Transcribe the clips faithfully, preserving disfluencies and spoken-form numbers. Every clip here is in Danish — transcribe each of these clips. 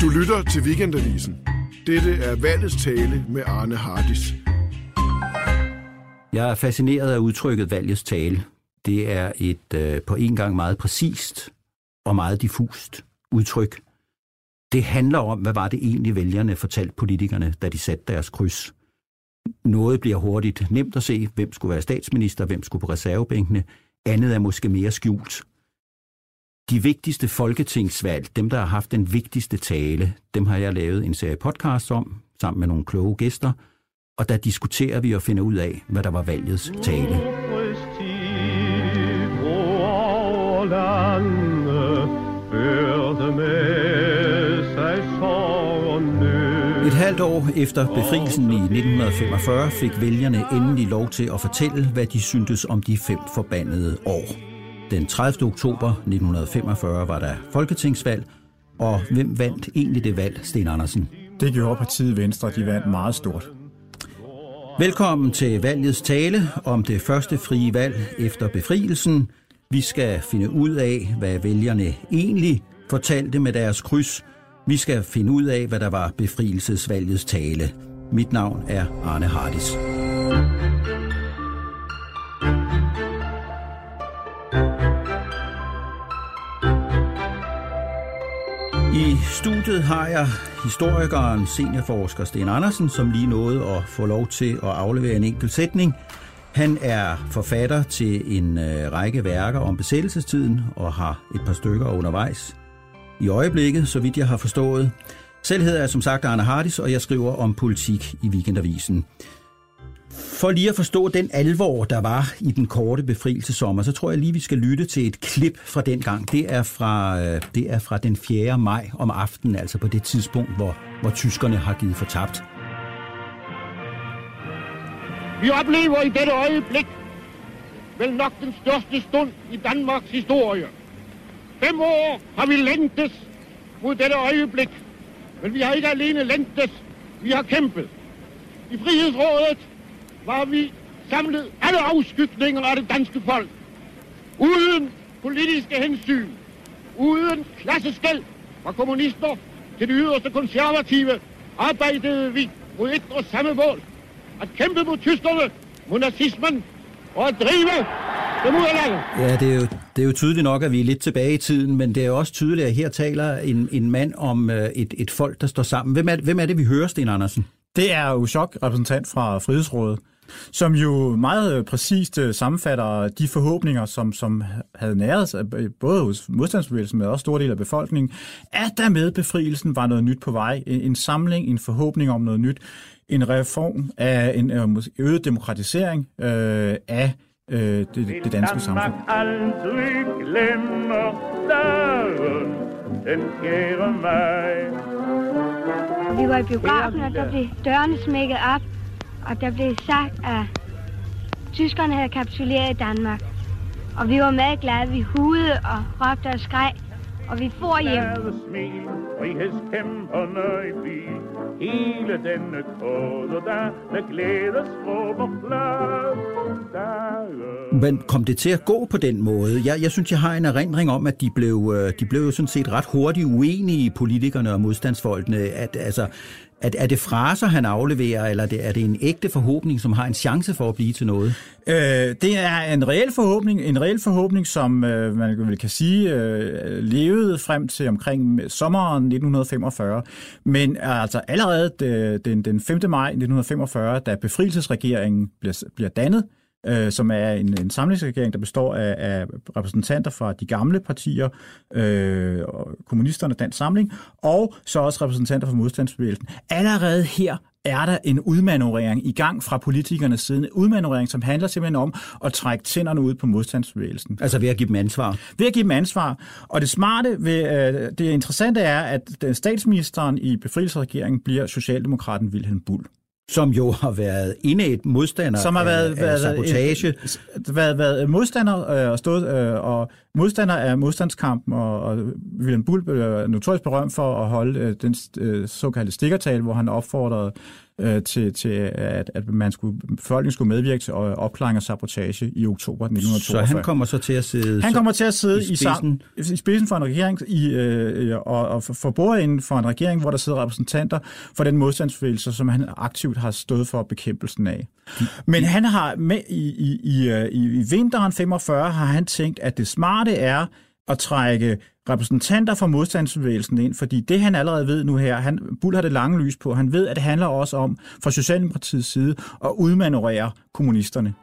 Du lytter til Weekendavisen. Dette er valgets tale med Arne Hardis. Jeg er fascineret af udtrykket valgets tale. Det er et øh, på en gang meget præcist og meget diffust udtryk. Det handler om, hvad var det egentlig vælgerne fortalte politikerne, da de satte deres kryds. Noget bliver hurtigt nemt at se, hvem skulle være statsminister, hvem skulle på reservebænkene. Andet er måske mere skjult. De vigtigste folketingsvalg, dem der har haft den vigtigste tale, dem har jeg lavet en serie podcasts om, sammen med nogle kloge gæster, og der diskuterer vi og finder ud af, hvad der var valgets tale. Et halvt år efter befrielsen i nitten femogfyrre fik vælgerne endelig lov til at fortælle, hvad de syntes om de fem forbandede år. Den tredivte oktober nitten femogfyrre var der folketingsvalg, og hvem vandt egentlig det valg, Sten Andersen? Det gjorde partiet Venstre, de vandt meget stort. Velkommen til valgets tale om det første frie valg efter befrielsen. Vi skal finde ud af, hvad vælgerne egentlig fortalte med deres kryds. Vi skal finde ud af, hvad der var befrielsesvalgets tale. Mit navn er Arne Hardis. I studiet har jeg historikeren, seniorforsker Sten Andersen, som lige nåede at få lov til at aflevere en enkelt sætning. Han er forfatter til en øh, række værker om besættelsestiden og har et par stykker undervejs i øjeblikket, så vidt jeg har forstået. Selv hedder jeg som sagt Arne Hardis, og jeg skriver om politik i Weekendavisen. For lige at forstå den alvor, der var i den korte befrielsessommer, så tror jeg lige, vi skal lytte til et klip fra den gang. Det er fra, det er fra den fjerde maj om aftenen, altså på det tidspunkt, hvor, hvor tyskerne har givet fortabt. Vi oplever i dette øjeblik vel nok den største stund i Danmarks historie. Fem år har vi længtes mod dette øjeblik, men vi har ikke alene længtes, vi har kæmpet. I Frihedsrådet var vi samlet alle afskygninger af det danske folk. Uden politiske hensyn, uden klasseskel fra kommunister til de yderste konservative, arbejdede vi mod et og samme mål. At kæmpe mod tyskerne, mod nazismen og at drive dem ud af landet. Ja, det er, jo, det er jo tydeligt nok, at vi er lidt tilbage i tiden, men det er også tydeligt, at her taler en, en mand om et, et folk, der står sammen. Hvem er, hvem er det, vi hører, Sten Andersen? Det er jo Schok, repræsentant fra Frihedsrådet, som jo meget præcist sammenfatter de forhåbninger, som, som havde næret sig, både hos modstandsbevægelsen, men også store del af befolkningen, at der med befrielsen var noget nyt på vej. En, en samling, en forhåbning om noget nyt, en reform af en øget demokratisering øh, af øh, det, det danske samfund. Vi var i biografen, og der blev dørene smækket op, og der blev sagt, at tyskerne havde kapituleret i Danmark. Og vi var meget glade. Vi hudede og råbte og skreg, og vi for hjem. Hele denne kode, der med glædes råber flot. Men kom det til at gå på den måde? Jeg, jeg synes, jeg har en erindring om, at de blev, de blev jo sådan set ret hurtigt uenige, politikerne og modstandsfolkene. At, altså, at, er det fraser, han afleverer, eller er det, er det en ægte forhåbning, som har en chance for at blive til noget? Øh, det er en reel forhåbning, en reel forhåbning, som øh, man vel kan sige øh, levede frem til omkring sommeren nitten femogfyrre. Men altså allerede den, den femte maj nitten femogfyrre, da befrielsesregeringen bliver, bliver dannet, øh, som er en, en samlingsregering, der består af, af repræsentanter fra de gamle partier, øh, kommunisterne, Dansk Samling, og så også repræsentanter fra modstandsbevægelsen. Allerede her er der en udmanøvrering i gang fra politikernes side. En udmanøvrering, som handler simpelthen om at trække tænderne ud på modstandsbevægelsen. Altså ved at give dem ansvar? Ved at give dem ansvar. Og det smarte, ved, det interessante er, at statsministeren i befrielsesregeringen bliver socialdemokraten Vilhelm Buhl. Som jo har været indædt modstander som har været, af, været, af sabotage. Et, været, været modstander øh, og stået øh, og modstander af modstandskampen, og, og Vilhelm Buhl blev notorisk berømt for at holde øh, den øh, såkaldte stikkertale, hvor han opfordrede øh, til, til at, at man skulle, befolkningen skulle medvirke til opklaring og sabotage i oktober nitten toogfyrre. Så han kommer så til at sidde, han kommer til at sidde i, spidsen. I, i spidsen for en regering i, øh, og, og for bordenden for en regering, hvor der sidder repræsentanter for den modstandsbevægelse, som han aktivt har stået for bekæmpelsen af. Men han har med i, i, i, i, i vinteren femogfyrre har han tænkt, at det smarte er at trække repræsentanter for modstandsbevægelsen ind, fordi det han allerede ved nu her, han, Buhl har det lange lys på, han ved, at det handler også om fra Socialdemokratiets side at udmanøvrere kommunisterne.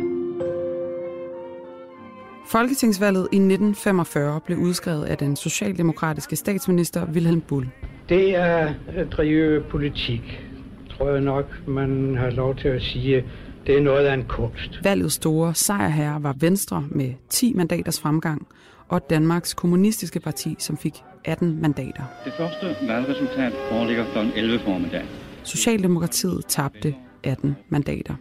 Folketingsvalget i nitten femogfyrre blev udskrevet af den socialdemokratiske statsminister Vilhelm Buhl. Det er at drive politik, tror jeg nok, man har lov til at sige. Det er noget af en kunst. Valgets store sejrherre var Venstre med ti mandaters fremgang, og Danmarks Kommunistiske Parti, som fik atten mandater. Det første valgresultat foreligger klokken elleve formiddag. Socialdemokratiet tabte atten mandater.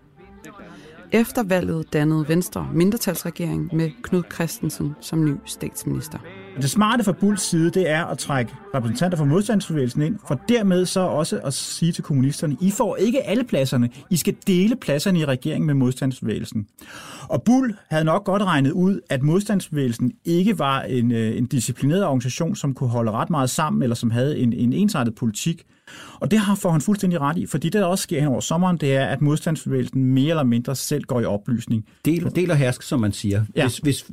Efter valget dannede Venstre mindretalsregering med Knud Kristensen som ny statsminister. Det smarte fra Bulls side, det er at trække repræsentanter for modstandsbevægelsen ind, for dermed så også at sige til kommunisterne, I får ikke alle pladserne, I skal dele pladserne i regeringen med modstandsbevægelsen. Og Buhl havde nok godt regnet ud, at modstandsbevægelsen ikke var en, en disciplineret organisation, som kunne holde ret meget sammen, eller som havde en, en ensartet politik. Og det har får han fuldstændig ret i, fordi det, der også sker hen over sommeren, det er, at modstandsbevægelsen mere eller mindre selv går i oplysning. Del, del og hersk, som man siger. Ja. Hvis, hvis,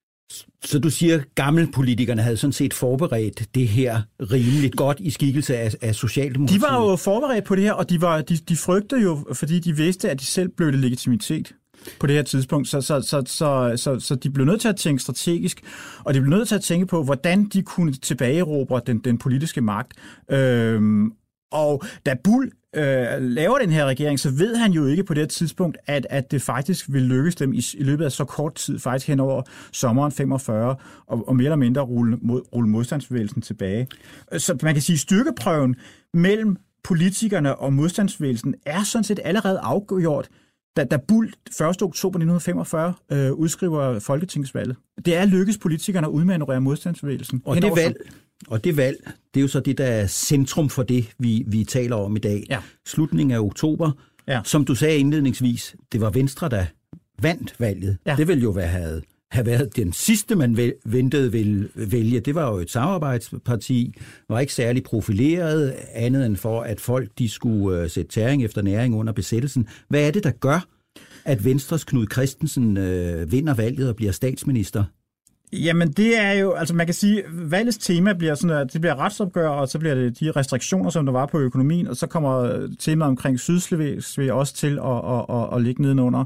så du siger, at gammelpolitikerne havde sådan set forberedt det her rimeligt godt i skikkelse af, af Socialdemokratiet? De var jo forberedt på det her, og de, var, de, de frygtede jo, fordi de vidste, at de selv blev det legitimitet på det her tidspunkt. Så, så, så, så, så, så de blev nødt til at tænke strategisk, og de blev nødt til at tænke på, hvordan de kunne tilbageerobre den, den politiske magt. Øhm, og da Buhl øh, laver den her regering, så ved han jo ikke på det her tidspunkt, at, at det faktisk vil lykkes dem i, i løbet af så kort tid, faktisk hen over sommeren femogfyrre, og, og mere eller mindre rulle, mod, rulle modstandsbevægelsen tilbage. Så man kan sige, at styrkeprøven mellem politikerne og modstandsbevægelsen er sådan set allerede afgjort, da, da Buhl første oktober nitten femogfyrre øh, udskriver folketingsvalget. Det er lykkes politikerne at udmanøvrere modstandsbevægelsen. Og det valg, og det valg, det er jo så det, der er centrum for det, vi, vi taler om i dag. Ja. Slutningen af oktober. Ja. Som du sagde indledningsvis, det var Venstre, der vandt valget. Ja. Det ville jo være, have, have været den sidste, man vel, ventede ville vælge. Det var jo et samarbejdsparti, var ikke særlig profileret, andet end for, at folk de skulle uh, sætte tæring efter næring under besættelsen. Hvad er det, der gør, at Venstres Knud Kristensen øh, vinder valget og bliver statsminister? Jamen det er jo, altså man kan sige, valgets tema bliver sådan, at det bliver retsopgør, og så bliver det de restriktioner, som der var på økonomien, og så kommer temaet omkring Sydslesvig også til at, at, at, at ligge nedenunder.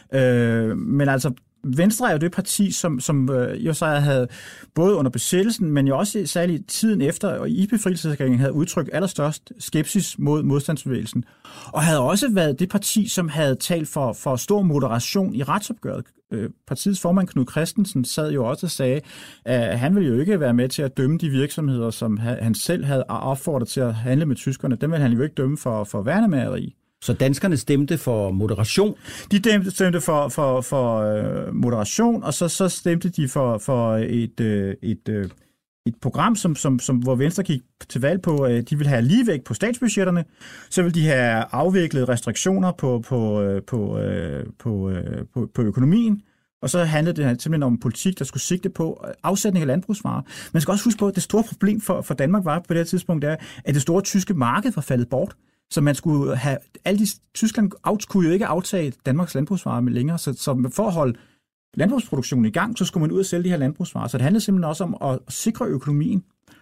Øh, men altså, Venstre er jo det parti, som, som øh, jo så havde både under besættelsen, men jo også særligt tiden efter, og i befrielsesregeringen havde udtrykt allerstørst skepsis mod modstandsbevægelsen, og havde også været det parti, som havde talt for, for stor moderation i retsopgøret. Øh, partiets formand Knud Kristensen sad jo også og sagde, at han ville jo ikke være med til at dømme de virksomheder, som han selv havde opfordret til at handle med tyskerne. Dem ville han jo ikke dømme for, for værnemageri. Så danskerne stemte for moderation? De stemte for, for, for øh, moderation, og så, så stemte de for, for et, øh, et, øh, et program, som, som, som, hvor Venstre gik til valg på, at øh, de ville have ligevægt på statsbudgetterne, så ville de have afviklet restriktioner på, på, øh, på, øh, på, øh, på, på økonomien, og så handlede det simpelthen om politik, der skulle sigte på afsætning af landbrugsvarer. Man skal også huske på, at det store problem for, for Danmark var på det her tidspunkt, er, at det store tyske marked var faldet bort. Så man skulle have, alle de, Tyskland kunne jo ikke aftage Danmarks landbrugsvarer med længere, så, så for at holde landbrugsproduktionen i gang, så skulle man ud og sælge de her landbrugsvarer. Så det handlede simpelthen også om at sikre økonomien.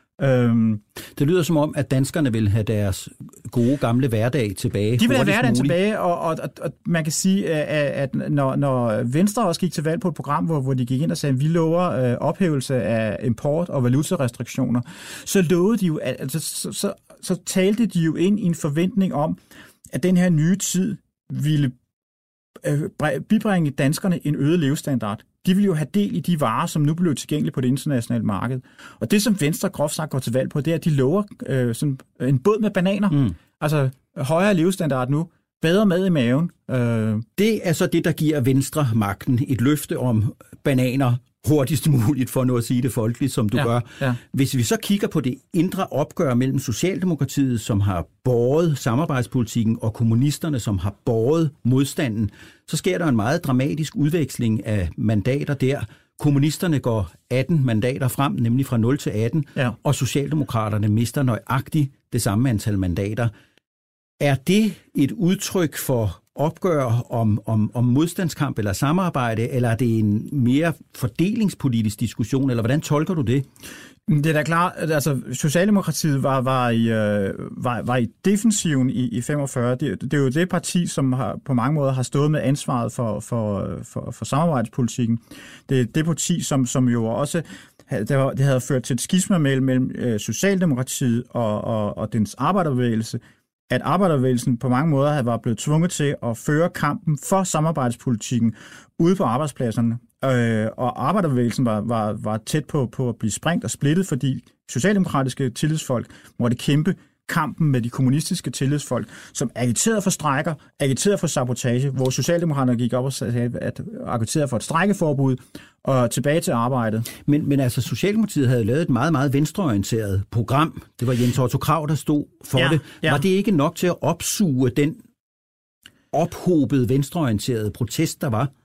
Øhm, det lyder som om, at danskerne vil have deres gode gamle hverdag tilbage. De vil have hverdagen tilbage, og, og, og, og man kan sige, at, at når, når Venstre også gik til valg på et program, hvor, hvor de gik ind og sagde, at vi lover øh, ophævelse af import- og valutarestriktioner, så lovede de jo, altså, så, så, så talte de jo ind i en forventning om, at den her nye tid ville øh, bibringe danskerne en øget levestandard. De vil jo have del i de varer, som nu bliver tilgængelige på det internationale marked. Og det, som Venstre groft sagt går til valg på, det er, at de lover øh, sådan en båd med bananer. Mm. Altså højere levestandard nu, bedre mad i maven. Øh. Det er så det, der giver Venstre magten. Et løfte om bananer hurtigst muligt, for nu at sige det folkeligt, som du ja, gør. Ja. Hvis vi så kigger på det indre opgør mellem Socialdemokratiet, som har båret samarbejdspolitikken, og kommunisterne, som har båret modstanden, så sker der en meget dramatisk udveksling af mandater der. Kommunisterne går atten mandater frem, nemlig fra nul til atten, ja. Og Socialdemokraterne mister nøjagtigt det samme antal mandater. Er det et udtryk for opgør om, om, om modstandskamp eller samarbejde, eller er det en mere fordelingspolitisk diskussion, eller hvordan tolker du det? Det er da klart, altså Socialdemokratiet var, var, i, øh, var, var i defensiven i, i femogfyrre. Det, det er jo det parti, som har, på mange måder har stået med ansvaret for, for, for, for samarbejdspolitikken. Det er det parti, som, som jo også det, var, det havde ført til et skisma mellem, mellem øh, Socialdemokratiet og, og, og dens arbejderbevægelse, at arbejderbevægelsen på mange måder havde været blevet tvunget til at føre kampen for samarbejdspolitikken ude på arbejdspladserne. Øh, og arbejderbevægelsen var, var, var tæt på, på at blive sprængt og splittet, fordi socialdemokratiske tillidsfolk måtte kæmpe kampen med de kommunistiske tillidsfolk, som agiterede for strejker, agiterede for sabotage, hvor socialdemokraterne gik op og sagde, at agiterede for et strejkeforbud og tilbage til arbejdet. Men, men altså, Socialdemokratiet havde lavet et meget, meget venstreorienteret program. Det var Jens Otto Krag, der stod for ja, det. Ja. Var det ikke nok til at opsuge den ophobede venstreorienterede protest, der var?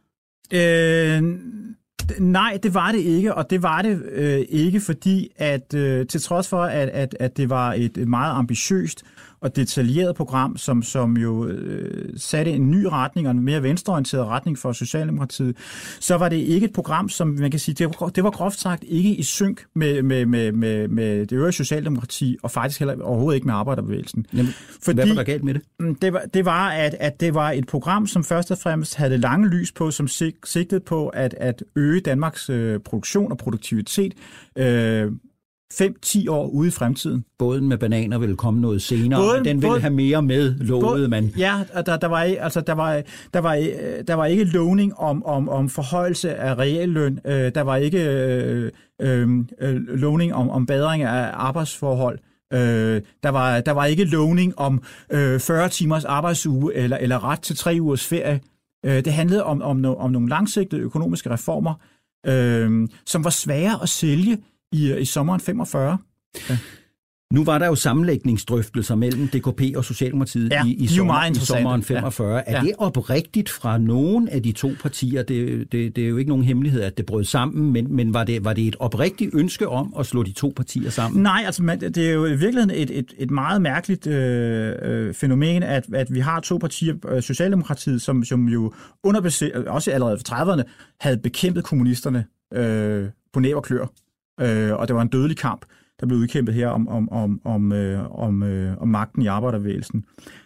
Øh, nej, det var det ikke, og det var det øh, ikke, fordi at øh, til trods for, at, at, at det var et meget ambitiøst og detaljeret program, som, som jo øh, satte en ny retning og en mere venstreorienteret retning for Socialdemokratiet, så var det ikke et program, som man kan sige, det var, det var groft sagt ikke i synk med, med, med, med, med det øvrige Socialdemokrati, og faktisk heller overhovedet ikke med arbejderbevægelsen. Jamen, fordi, hvad var der galt med det? Det var, det var at, at det var et program, som først og fremmest havde lange lys på, som sig, sigtede på at, at øge Danmarks øh, produktion og produktivitet øh, fem til ti år ude i fremtiden. Båden med bananer ville komme noget senere, båden, den ville båden, have mere med, lovede båden, man. Ja, der, der, var, altså, der, var, der, var, der var ikke lovning om, om, om forhøjelse af realløn, øh, der var ikke øh, øh, lovning om, om bedring af arbejdsforhold, øh, der, var, der var ikke lovning om øh, fyrre timers arbejdsuge eller, eller ret til tre ugers ferie. Øh, det handlede om, om, no, om nogle langsigtede økonomiske reformer, øh, som var svære at sælge I, i sommeren femogfyrre. Ja. Nu var der jo sammenlægningsdrøftelser mellem D K P og Socialdemokratiet ja, i, i, sommer, i sommeren femogfyrre. Ja. Er ja. det oprigtigt fra nogen af de to partier? Det, det, det er jo ikke nogen hemmelighed, at det brød sammen, men, men var, det, var det et oprigtigt ønske om at slå de to partier sammen? Nej, altså man, det er jo i virkeligheden et, et, et meget mærkeligt øh, øh, fænomen, at, at vi har to partier, øh, Socialdemokratiet, som, som jo under besæ- også allerede for trediverne havde bekæmpet kommunisterne øh, på næb og klør. Øh, og det var en dødelig kamp, der blev udkæmpet her om, om, om, om, øh, om, øh, om magten i arbejderbevægelsen.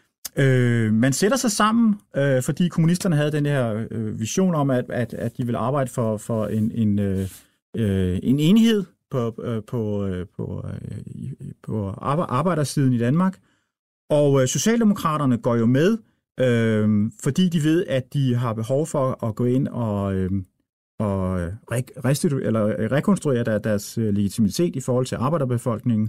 Øh, man sætter sig sammen, øh, fordi kommunisterne havde den her øh, vision om, at, at, at de ville arbejde for, for en, en, øh, en enhed på, øh, på, øh, på, øh, på arbejdersiden i Danmark. Og øh, Socialdemokraterne går jo med, øh, fordi de ved, at de har behov for at gå ind og... Øh, og restitu- eller rekonstruere der, deres legitimitet i forhold til arbejderbefolkningen.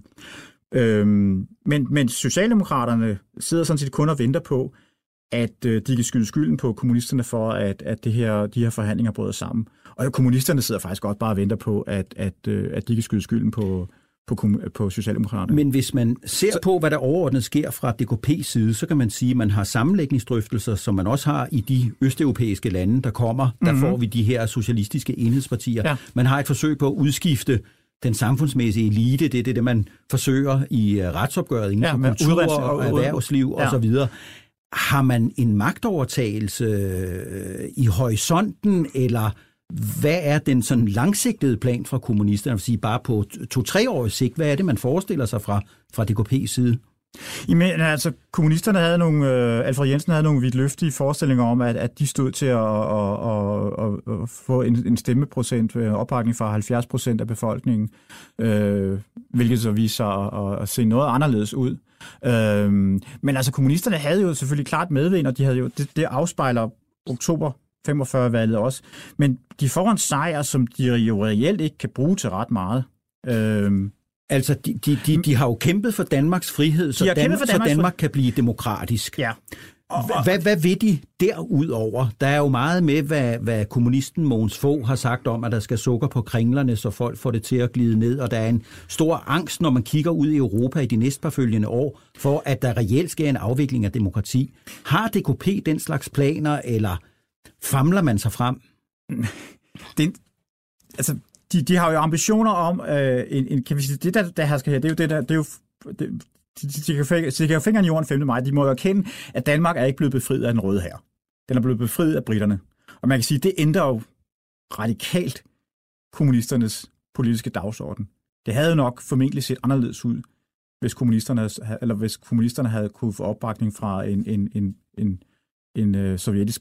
Øhm, men, men Socialdemokraterne sidder sådan set kun og venter på, at øh, de kan skylde skylden på kommunisterne for, at, at det her, de her forhandlinger bryder sammen. Og kommunisterne sidder faktisk godt bare og venter på, at, at, øh, at de kan skylde skylden på, på, på Socialdemokraterne. Men hvis man ser så, på, hvad der overordnet sker fra D K P's side, så kan man sige, at man har sammenlægningsdrøftelser, som man også har i de østeuropæiske lande, der kommer. Der mm-hmm. får vi de her socialistiske enhedspartier. Ja. Man har et forsøg på at udskifte den samfundsmæssige elite. Det er det, det man forsøger i retsopgøret inden for ja, kultur og, og erhvervsliv ja. osv. Har man en magtovertagelse i horisonten, eller hvad er den sådan langsigtede plan fra kommunisterne? Sige bare på to-tre års sigt, hvad er det, man forestiller sig fra, fra D K P's side? Jamen, altså, kommunisterne havde nogle, øh, Alfred Jensen havde nogle vidtløftige forestillinger om, at, at de stod til at, at, at, at få en, en stemmeprocent, opbakning fra halvfjerds procent af befolkningen, øh, hvilket så viste sig at, at, at se noget anderledes ud. Øh, men altså, kommunisterne havde jo selvfølgelig klart medvind, og de havde jo, det, det afspejler oktober femogfyrre-valget også. Men de får en sejr, som de jo reelt ikke kan bruge til ret meget. Øhm, altså, de, de, de, de har jo kæmpet for Danmarks frihed, så, Dan- for Danmarks så Danmark kan blive demokratisk. Ja. Hvad, hvad ved de derudover? Der er jo meget med, hvad, hvad kommunisten Mogens Fogh har sagt om, at der skal sukker på kringlerne, så folk får det til at glide ned, og der er en stor angst, når man kigger ud i Europa i de næstpåfølgende år, for at der reelt sker en afvikling af demokrati. Har D K P den slags planer, eller famler man sig frem? Det, altså, de, de har jo ambitioner om, øh, en, en, kan vi sige, det der, der hersker her, det er jo det der, det er jo... Det, De, de, kan fingre, de kan fingeren i jorden femte maj. De må jo erkende, at Danmark er ikke blevet befriet af den røde hær. Den er blevet befriet af britterne. Og man kan sige, at det ændrer jo radikalt kommunisternes politiske dagsorden. Det havde jo nok formentlig set anderledes ud, hvis kommunisterne, eller hvis kommunisterne havde kunne få opbakning fra en, en, en, en, en, en sovjetisk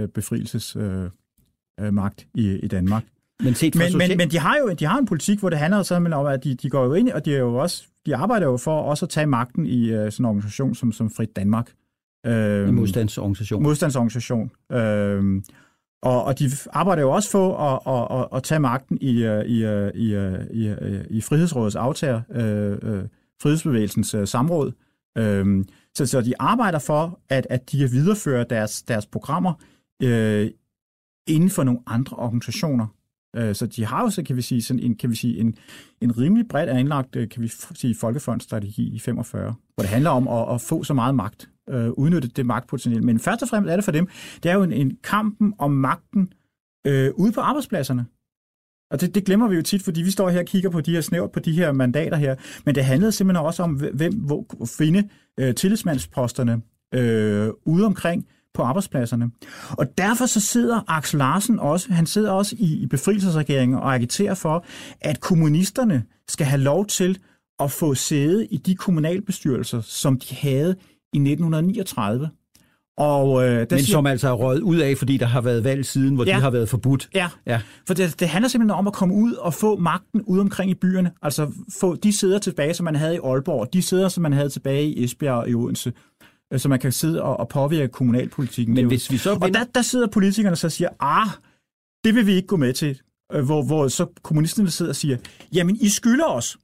befrielsesmagt øh, øh, i, i Danmark. Men, men, social... men, men de har jo de har en politik, hvor det handler sådan om, at de, de går jo ind, og de er jo også de arbejder jo for også at tage magten i uh, sådan en organisation som, som Frit Danmark. Øh, en modstandsorganisation. Modstandsorganisation. Øh, og, og de arbejder jo også for at, at, at, at tage magten i, uh, i, uh, i, uh, i, uh, i Frihedsrådets aftager, uh, uh, Frihedsbevægelsens uh, samråd. Øh, så, så de arbejder for, at, at de kan videreføre deres, deres programmer uh, inden for nogle andre organisationer. Så de har jo så, kan vi sige, sådan en, kan vi sige, en, en rimelig bredt anlagt, kan vi sige, folkefondsstrategi i femogfyrre, hvor det handler om at, at få så meget magt, øh, udnytte det magtpotentiale. Men først og fremmest er det for dem, det er jo en, en kampen om magten øh, ude på arbejdspladserne. Og det, det glemmer vi jo tit, fordi vi står her og kigger på de her snævert på de her mandater her. Men det handlede simpelthen også om, hvem hvor finde øh, tillidsmandsposterne øh, ude omkring på arbejdspladerne. Og derfor så sidder Aksel Larsen også, han sidder også i, i befrielsesregeringen og agiterer for, at kommunisterne skal have lov til at få sæde i de kommunalbestyrelser, som de havde i nitten niogtredive. Og, øh, der Men siger, som altså er røget ud af, fordi der har været valg siden, hvor ja, de har været forbudt. Ja, ja. For det, det handler simpelthen om at komme ud og få magten ude omkring i byerne. Altså få de sæder tilbage, som man havde i Aalborg, de sæder, som man havde tilbage i Esbjerg og i Odense, så man kan sidde og, og påvirke kommunalpolitikken. Men hvis vi så vinder... Og der, der sidder politikerne så og siger, ah, det vil vi ikke gå med til. Hvor, hvor så kommunisterne sidder og siger, jamen, I skylder os.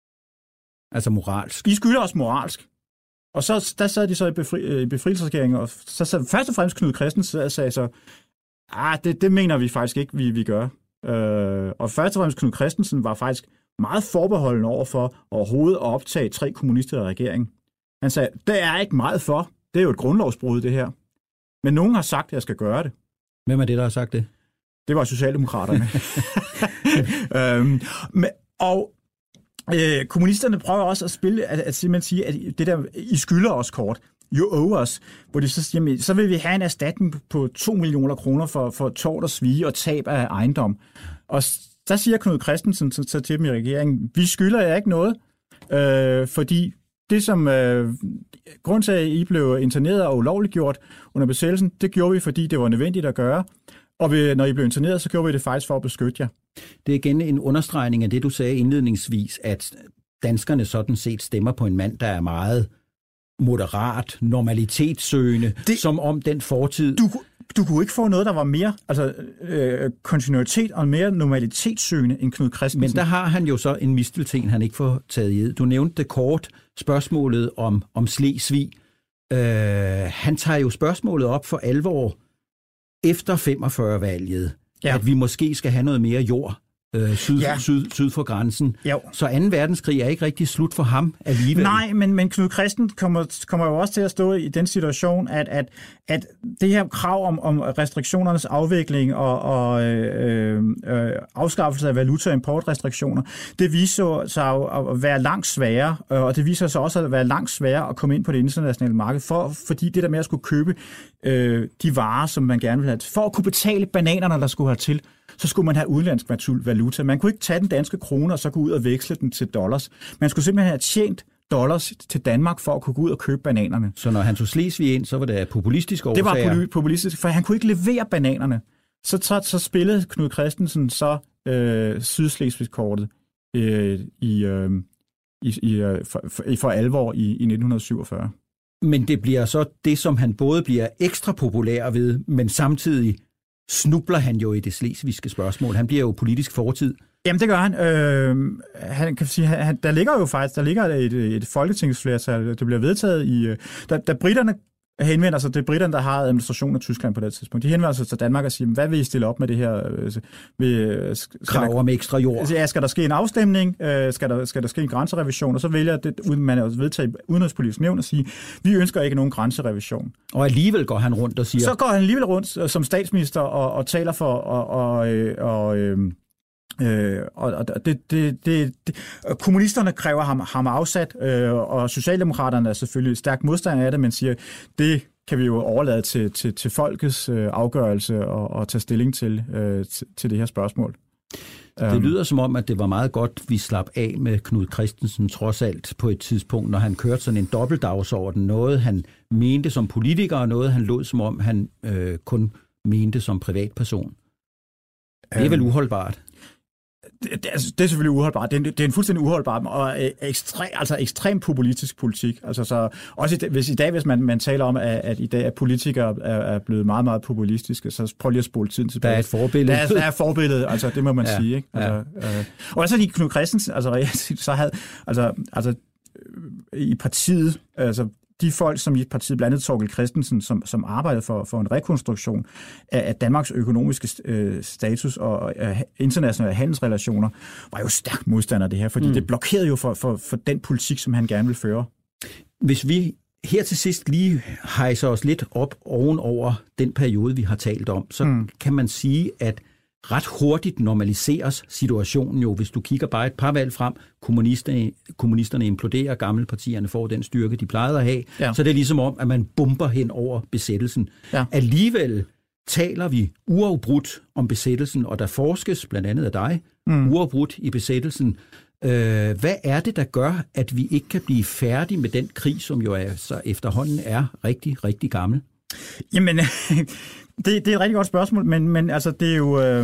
Altså moralsk. I skylder os moralsk. Og så der sad de så i, befri, i befrielsesregeringen, og så sad først og fremmest Knud Christensen og sagde så, ah, det, det mener vi faktisk ikke, vi, vi gør. Øh, og først og fremmest Knud Christensen var faktisk meget forbeholden over for overhovedet at optage tre kommunister i regeringen. Han sagde, det er ikke meget for. Det er jo et grundlovsbrud, det her. Men nogen har sagt, at jeg skal gøre det. Hvem er det, der har sagt det? Det var Socialdemokraterne. øhm, men, og øh, kommunisterne prøver også at spille, at, at simpelthen sige, at det der, I skylder os kort. You owe us. Hvor de så siger, jamen, så vil vi have en erstatning på to millioner kroner for, for tort og svige og tab af ejendom. Og der siger Knud Christensen så til dem i regeringen, vi skylder jer ikke noget, øh, fordi det, som øh, grund til, at I blev interneret og ulovligt gjort under besættelsen, det gjorde vi, fordi det var nødvendigt at gøre. Og vi, når I blev interneret, så gjorde vi det faktisk for at beskytte jer. Det er igen en understregning af det, du sagde indledningsvis, at danskerne sådan set stemmer på en mand, der er meget moderat, normalitetssøgende, det, som om den fortid... Du, du kunne ikke få noget, der var mere altså, øh, kontinuitet og mere normalitetssøgende end Knud Christensen. Men der har han jo så en mistelten, han ikke får taget i. Du nævnte det kort, spørgsmålet om, om Slesvig. Øh, han tager jo spørgsmålet op for alvor efter femogfyrre-valget, ja, at vi måske skal have noget mere jord øh, syd, ja. syd, syd for grænsen. Jo. Så anden verdenskrig er ikke rigtig slut for ham alligevel. Nej, men, men Knud Christensen kommer, kommer jo også til at stå i den situation, at, at, at det her krav om, om restriktionernes afvikling og, og øh, øh, afskaffelse af valuta- og importrestriktioner, det viser sig jo at være langt sværere, og det viser sig også at være langt sværere at komme ind på det internationale marked, for, fordi det der med at skulle købe øh, de varer, som man gerne vil have, for at kunne betale bananerne, der skulle have til, så skulle man have udenlandsk valuta. Man kunne ikke tage den danske krone og så gå ud og veksle den til dollars. Man skulle simpelthen have tjent dollars til Danmark for at kunne gå ud og købe bananerne. Så når han tog Slesvig ind, så var det populistisk årsager? Det var populistisk, for han kunne ikke levere bananerne. Så, så, så spillede Knud Christensen så øh, Sydslesvig-kortet øh, i, øh, i, i, for, for alvor i, i nitten syvogfyrre. Men det bliver så det, som han både bliver ekstra populær ved, men samtidig snubler han jo i det slesvigske spørgsmål. Han bliver jo politisk fortid. Jamen, det gør han. Øh, han kan sige, han, der ligger jo faktisk der ligger et, et folketingsflertal, det bliver vedtaget i... Da, da britterne henvender sig, det er britterne, der har administrationen af Tyskland på det tidspunkt, de henvender sig til Danmark og siger, hvad vil I stille op med det her? Vil, krav om ekstra jord. Ja, skal der ske en afstemning? Skal der, skal der ske en grænserevision? Og så vælger det, man er vedtaget udenrigspolitisk nævn og sige, vi ønsker ikke nogen grænserevision. Og alligevel går han rundt og siger... Så går han alligevel rundt som statsminister og, og taler for... Og, og, og, øh, og, og det, det, det, det, kommunisterne kræver ham, ham afsat, øh, og socialdemokraterne er selvfølgelig stærkt modstandere af det, men siger, det kan vi jo overlade til, til, til folkets øh, afgørelse og, og tage stilling til, øh, til, til det her spørgsmål. Det lyder som om, at det var meget godt, vi slap af med Knud Kristensen trods alt på et tidspunkt, når han kørte sådan en dobbeltdagsorden. Noget han mente som politiker, og noget han lod som om, han øh, kun mente som privatperson. Det er vel uholdbart? Det, det, altså, det er selvfølgelig uholdbart. Det er, det er en fuldstændig uholdbar og ekstrem, altså ekstrem populistisk politik. Altså, så, også i, hvis i dag, hvis man, man taler om, at, at i dag at politikere er, er blevet meget, meget populistiske, så prøv lige at spole tiden tilbage. Der er et forbillede. Der er, der er forbillede, altså det må man ja, sige. Ikke? Altså, ja. øh, og altså i Knud Kristensen, altså, så havde, altså, altså i partiet, altså de folk, som i partiet, blandt andet Thorkild Christensen, som, som arbejdede for, for en rekonstruktion af, af Danmarks økonomiske øh, status og øh, internationale handelsrelationer, var jo stærkt modstander af det her, fordi mm. det blokerede jo for, for, for den politik, som han gerne vil føre. Hvis vi her til sidst lige hejser os lidt op ovenover den periode, vi har talt om, så mm. kan man sige, at ret hurtigt normaliseres situationen jo, hvis du kigger bare et par valg frem, kommunisterne, kommunisterne imploderer, gammelpartierne får den styrke, de plejede at have, ja. Så det er ligesom om, at man bomber hen over besættelsen. Ja. Alligevel taler vi uafbrudt om besættelsen, og der forskes blandt andet af dig, mm. uafbrudt i besættelsen. Øh, hvad er det, der gør, at vi ikke kan blive færdige med den krig, som jo er, så efterhånden er rigtig, rigtig gammel? Jamen... Det, det er et rigtig godt spørgsmål, men, men altså, det er jo... Øh,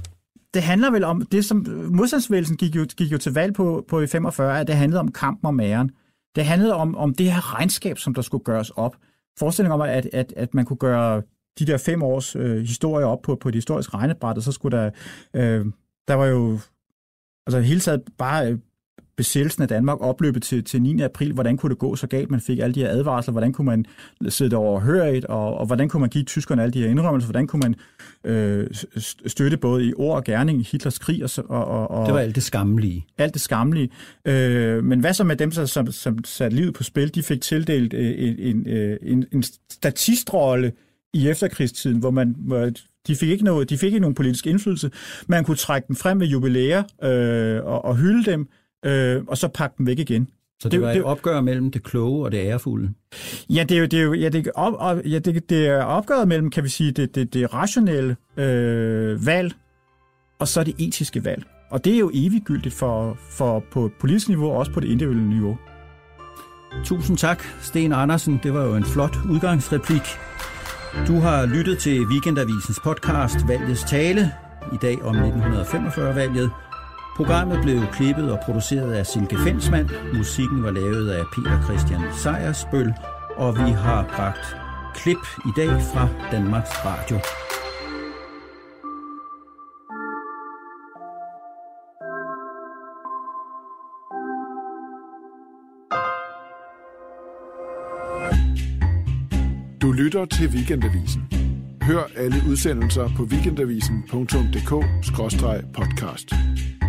det handler vel om... Det som modstandsbevægelsen gik jo, gik jo til valg på, på i femogfyrre, at det handlede om kampen om æren. Det handlede om, om det her regnskab, som der skulle gøres op. Forestillingen om, at, at, at man kunne gøre de der fem års øh, historie op på, på et historisk regnebræt, og så skulle der... Øh, der var jo... Altså hele taget bare... Øh, besættelsen af Danmark opløbet til, til niende april, hvordan kunne det gå så galt, man fik alle de her advarsler, hvordan kunne man sidde overhørigt, og, og hvordan kunne man give tyskerne alle de her indrømmelser, hvordan kunne man øh, støtte både i ord og gerning i Hitlers krig. Og, og, og, det var alt det skammelige. Alt det skammelige. Øh, men hvad så med dem, som, som satte livet på spil, de fik tildelt en, en, en, en statistrolle i efterkrigstiden, hvor man... Hvor De fik, ikke noget, de fik ikke nogen politisk indflydelse. Man kunne trække dem frem med jubilæer øh, og, og hylde dem, Øh, og så pakke dem væk igen. Så det, det var et opgør mellem det kloge og det ærefulde? Ja, det er jo, det er jo ja, det er op, op, ja, det, det er opgøret mellem, kan vi sige, det, det, det rationelle øh, valg, og så det etiske valg. Og det er jo eviggyldigt for, for på et politisk niveau, og også på det individuelle niveau. Tusind tak, Sten Andersen. Det var jo en flot udgangsreplik. Du har lyttet til Weekendavisens podcast Valgets Tale, i dag om nitten femogfyrre-valget. Programmet blev klippet og produceret af Silke Fensmann. Musikken var lavet af Peter Christian Sejersbøl, og vi har bragt klip i dag fra Danmarks Radio. Du lytter til Weekendavisen. Hør alle udsendelser på weekendavisen punktum d k skråstreg podcast.